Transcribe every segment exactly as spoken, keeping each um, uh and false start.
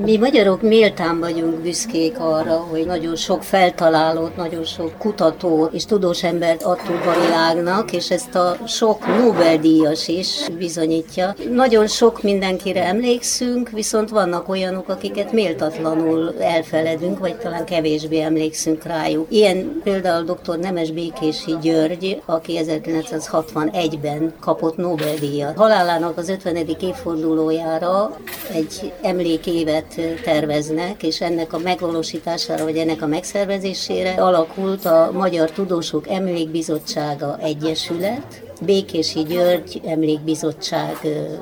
Mi magyarok méltán vagyunk büszkék arra, hogy nagyon sok feltalálót, nagyon sok kutatót és tudós embert adtunk a világnak, és ezt a sok Nobel-díjas is bizonyítja. Nagyon sok mindenkire emlékszünk, viszont vannak olyanok, akiket méltatlanul elfeledünk, vagy talán kevésbé emlékszünk rájuk. Ilyen például dr. Nemes Békési György, aki ezerkilencszázhatvanegyben kapott Nobel-díjat. Halálának az ötvenedik évfordulójára egy emlékévet terveznek, és ennek a megvalósítására, vagy ennek a megszervezésére alakult a Magyar Tudósok Emlékbizottsága Egyesület, Békési György Emlékbizottság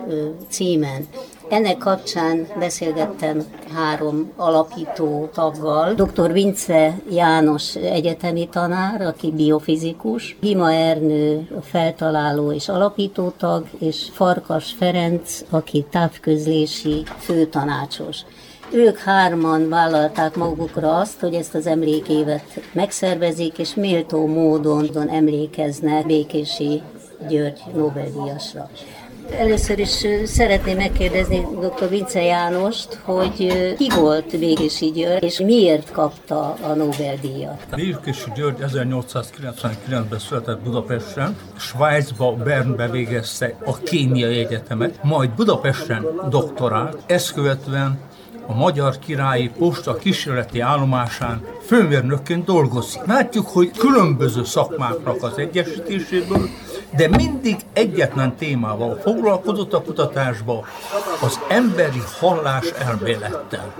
címen. Ennek kapcsán beszélgettem három alapító taggal, dr. Vince János egyetemi tanár, aki biofizikus, Hima Ernő feltaláló és alapító tag, és Farkas Ferenc, aki távközlési főtanácsos. Ők hárman vállalták magukra azt, hogy ezt az emlékévet megszervezik, és méltó módon emlékeznek Békési György Nobel-díjasra. Először is szeretném megkérdezni dr. Vince Jánost, hogy ki volt Békési György, és miért kapta a Nobel-díjat? Békési György ezernyolcszázkilencvenkilencben született Budapesten, Svájcba, Bernbe végezte a kémiai egyetemet, majd Budapesten doktorált, ezt követően a Magyar Királyi Posta kísérleti állomásán főmérnökként dolgozik. Látjuk, hogy különböző szakmáknak az egyesítéséből, de mindig egyetlen témával foglalkozott a kutatásba, az emberi hallás elmélettel.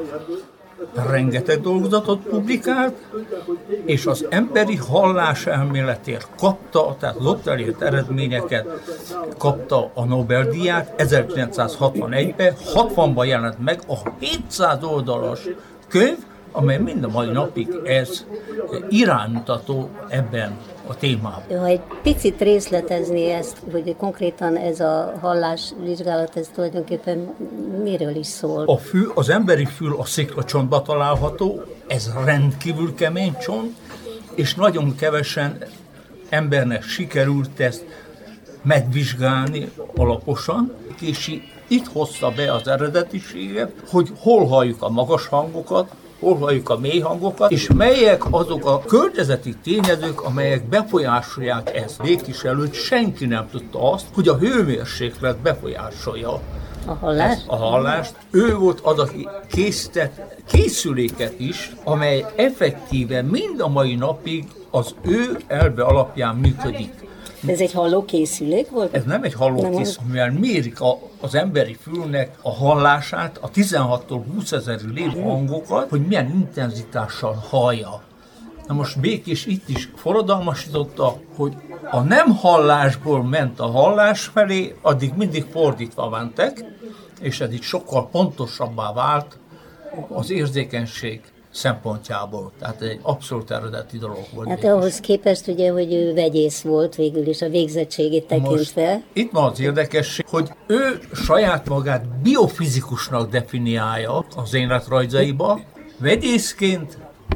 Rengeteg dolgozatot publikált, és az emberi hallás elméletért kapta, tehát az ott elért eredményeket kapta a Nobel-díját. ezerkilencszázhatvanegyben, hatvanban jelent meg a hétszáz oldalas könyv, amely mind a mai napig ez iránymutató ebben a témában. Ha egy picit részletezni ezt, hogy konkrétan ez a hallásvizsgálat, ez tulajdonképpen miről is szól? A fül, az emberi fül a sziklacsontban található, ez rendkívül kemény csont, és nagyon kevesen embernek sikerült ezt megvizsgálni alaposan, és itt hozta be az eredetiséget, hogy hol halljuk a magas hangokat, hol halljuk a mély hangokat, és melyek azok a környezeti tényezők, amelyek befolyásolják ezt. Békés előtt senki nem tudta azt, hogy a hőmérséklet befolyásolja a hallást. a hallást. Ő volt az, aki készített készüléket is, amely effektíve mind a mai napig az ő elve alapján működik. Ez egy hallókészülék volt? Ez nem egy hallókészülék, mivel mérik a, az emberi fülnek a hallását, a tizenhattól húszezerig lévő hangokat, hogy milyen intenzitással hallja. Na most Békés itt is forradalmasította, hogy a nem hallásból ment a hallás felé, addig mindig fordítva mentek, és ez így sokkal pontosabbá vált az érzékenység szempontjából. Tehát egy abszolút eredeti dolog volt. Hát ahhoz képest ugye, hogy ő vegyész volt végül is a végzettségét tekintve. Most itt van az érdekesség, hogy ő saját magát biofizikusnak definiálja az életrajzaiba, vegyészként,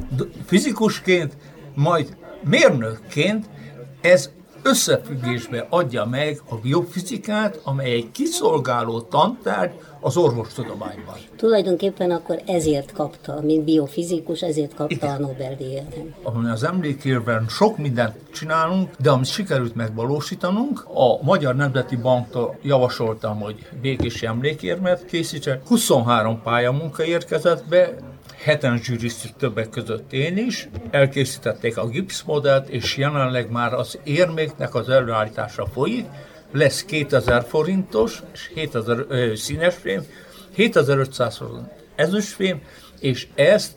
fizikusként, majd mérnökként. Ez összefüggésbe adja meg a biofizikát, amely egy kiszolgáló tantárgy az orvostudományban. Tulajdonképpen akkor ezért kapta, mint biofizikus, ezért kapta Igen. a Nobel-díjat. Az emlékérben sok mindent csinálunk, de amit sikerült megvalósítanunk, a Magyar Nemzeti Banktól javasoltam, hogy békési emlékérmet készítsen. huszonhárom pályamunka érkezett be, heten zsűriztük, többek között én is, elkészítették a gipszmodellt, és jelenleg már az érméknek az előállítása folyik, lesz kétezer forintos, és hétezer ö, színes fém, hétezer-ötszáz forint ezüstfém, és ezt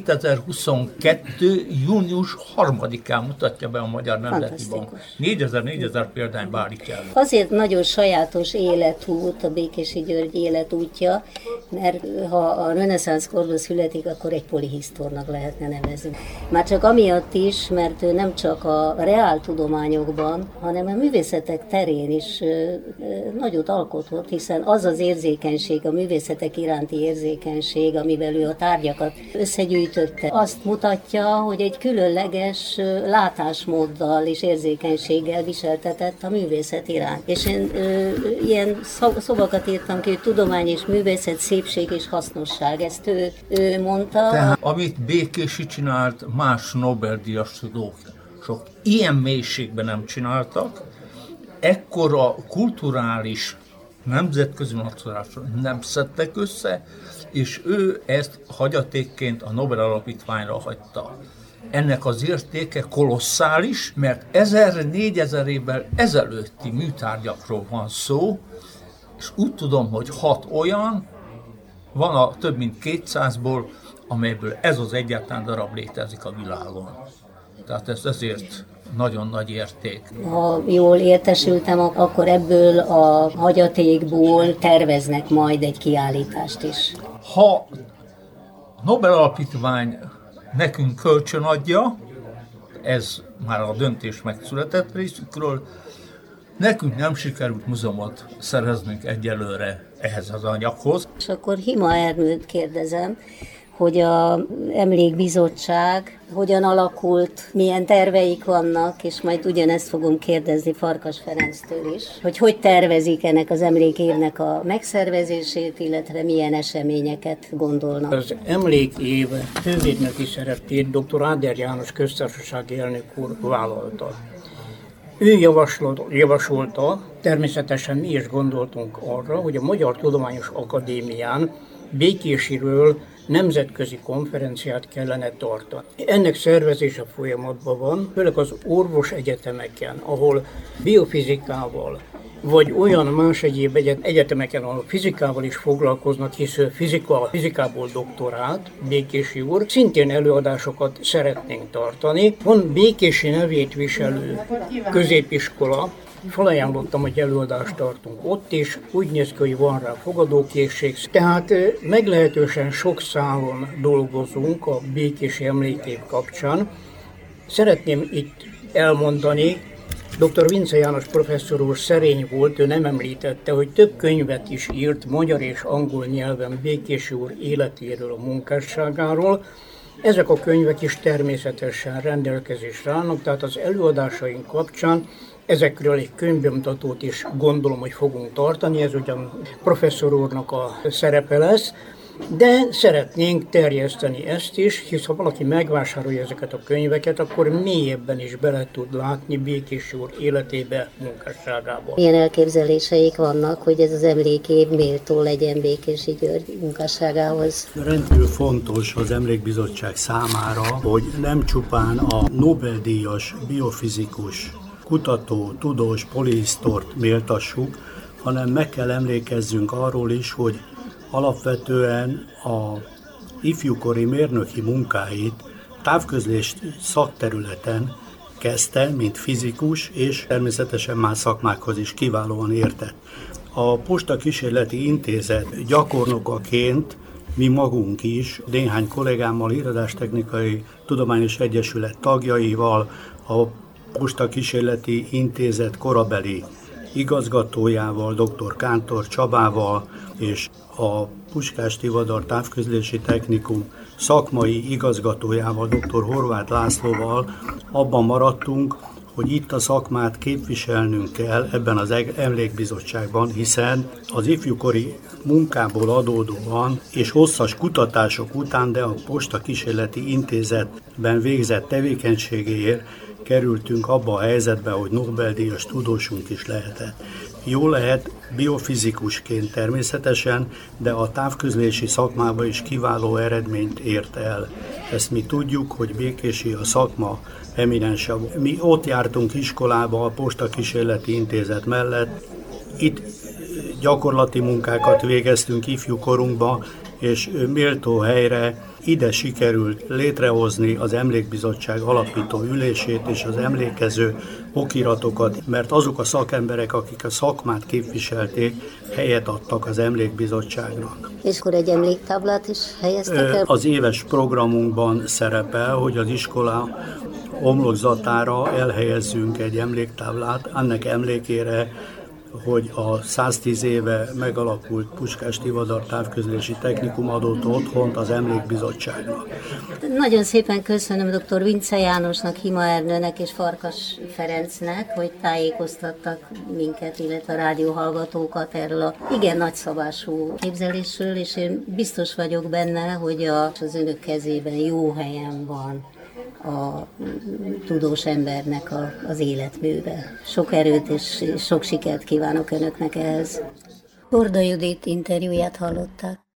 kétezer-huszonkettő. június harmadikán mutatja be a Magyar Nemzeti Bank. négyezer-négyezer példányba állítja el. Azért nagyon sajátos életút, a Békési György életútja, mert ha a reneszánsz korban születik, akkor egy polihisztornak lehetne nevezni. Már csak amiatt is, mert ő nem csak a reáltudományokban, hanem a művészetek terén is nagyot alkotott, hiszen az az érzékenység, a művészetek iránti érzékenység, amivel ő a tárgyakat összegyűjtött, összegyűjtötte, azt mutatja, hogy egy különleges látásmóddal és érzékenységgel viseltetett a művészet iránt. És én ö, ilyen szavakat írtam ki, hogy tudomány és művészet, szépség és hasznosság. Ezt ő, ő mondta. Tehát, amit Békési csinált, más Nobel-díjas tudók sok ilyen mélységben nem csináltak, ekkora kulturális, nemzetközi nagyszorásra nem szedtek össze, és ő ezt hagyatékként a Nobel alapítványra hagyta. Ennek az értéke kolosszális, mert ezer-négyezer évvel ezelőtti műtárgyakról van szó, és úgy tudom, hogy hat olyan, van a több mint kétszázból, amelyből ez az egyetlen darab létezik a világon. Tehát ez ezért nagyon nagy érték. Ha jól értesültem, akkor ebből a hagyatékból terveznek majd egy kiállítást is. Ha Nobel alapítvány nekünk kölcsön adja, ez már a döntés megszületett részükről, nekünk nem sikerült múzeumot szereznünk egyelőre ehhez az anyaghoz. És akkor Hima Ernőt kérdezem, hogy az emlékbizottság hogyan alakult, milyen terveik vannak, és majd ugyanezt fogom kérdezni Farkas Ferenctől is, hogy hogy tervezik ennek az emlékévnek a megszervezését, illetve milyen eseményeket gondolnak. Az emlékév fővédnöki szerepét dr. Áder János köztársasági elnök úr vállalta. Ő javasolta, természetesen mi is gondoltunk arra, hogy a Magyar Tudományos Akadémián Békésiről nemzetközi konferenciát kellene tartani. Ennek szervezése folyamatban van, főleg az orvos egyetemeken, ahol biofizikával, vagy olyan más egyéb egyetemeken, ahol fizikával is foglalkoznak, hisz fizika, fizikából doktorált, Békési úr, szintén előadásokat szeretnénk tartani. Van Békési nevét viselő középiskola, felajánlottam, hogy előadást tartunk ott, és úgy néz ki, hogy van rá fogadókészség. Tehát meglehetősen sok szálon dolgozunk a Békési emlékév kapcsán. Szeretném itt elmondani, dr. Vince János professzor úr szerény volt, ő nem említette, hogy több könyvet is írt magyar és angol nyelven Békési úr életéről, a munkásságáról. Ezek a könyvek is természetesen rendelkezésre állnak, tehát az előadásaink kapcsán ezekről egy könyvbemutatót is gondolom, hogy fogunk tartani, ez ugyan professzor úrnak a szerepe lesz, de szeretnénk terjeszteni ezt is, hisz ha valaki megvásárolja ezeket a könyveket, akkor mélyebben is bele tud látni Békési úr életébe, munkásságába. Milyen elképzeléseik vannak, hogy ez az emlékév méltó legyen Békési György munkásságához? Rendkívül fontos az Emlékbizottság számára, hogy nem csupán a Nobel-díjas biofizikus, kutató, tudós, polihisztort méltassuk, hanem meg kell emlékezzünk arról is, hogy alapvetően a ifjúkori mérnöki munkáit távközlés szakterületen kezdte, mint fizikus, és természetesen más szakmákhoz is kiválóan értett. A Posta Kísérleti Intézet gyakornokaként mi magunk is, néhány kollégámmal, Íradástechnikai Tudományos Egyesület tagjaival, a Posta Kísérleti Intézet korabeli igazgatójával, dr. Kántor Csabával és a Puskás Tivadar Távközlési Technikum szakmai igazgatójával, dr. Horváth Lászlóval abban maradtunk, hogy itt a szakmát képviselnünk kell ebben az emlékbizottságban, hiszen az ifjúkori munkából adódóan és hosszas kutatások után, de a Posta Kísérleti Intézetben végzett tevékenységéért kerültünk abba a helyzetbe, hogy Nobel-díjas tudósunk is lehetett. Jó lehet biofizikusként természetesen, de a távközlési szakmában is kiváló eredményt ért el. Ezt mi tudjuk, hogy Békési a szakma eminense. Mi ott jártunk iskolába a Posta Kísérleti Intézet mellett. Itt gyakorlati munkákat végeztünk ifjúkorunkba, és méltó helyre ide sikerült létrehozni az Emlékbizottság alapító ülését és az emlékező okiratokat, mert azok a szakemberek, akik a szakmát képviselték, helyet adtak az Emlékbizottságnak. És akkor egy emléktáblát is helyeztek el? Az éves programunkban szerepel, hogy az iskola homlokzatára elhelyezzünk egy emléktáblát, annak emlékére hogy a száztíz éve megalakult Puskás Tivadar Távközlési Technikum adott otthont az Emlékbizottságnak. Nagyon szépen köszönöm dr. Vince Jánosnak, Hima Ernőnek és Farkas Ferencnek, hogy tájékoztattak minket, illetve a rádióhallgatókat erről a igen nagyszabású képzelésről, és én biztos vagyok benne, hogy az önök kezében jó helyen van a tudós embernek a, az életműve. Sok erőt és sok sikert kívánok önöknek ehhez. Korda Judit interjúját hallották.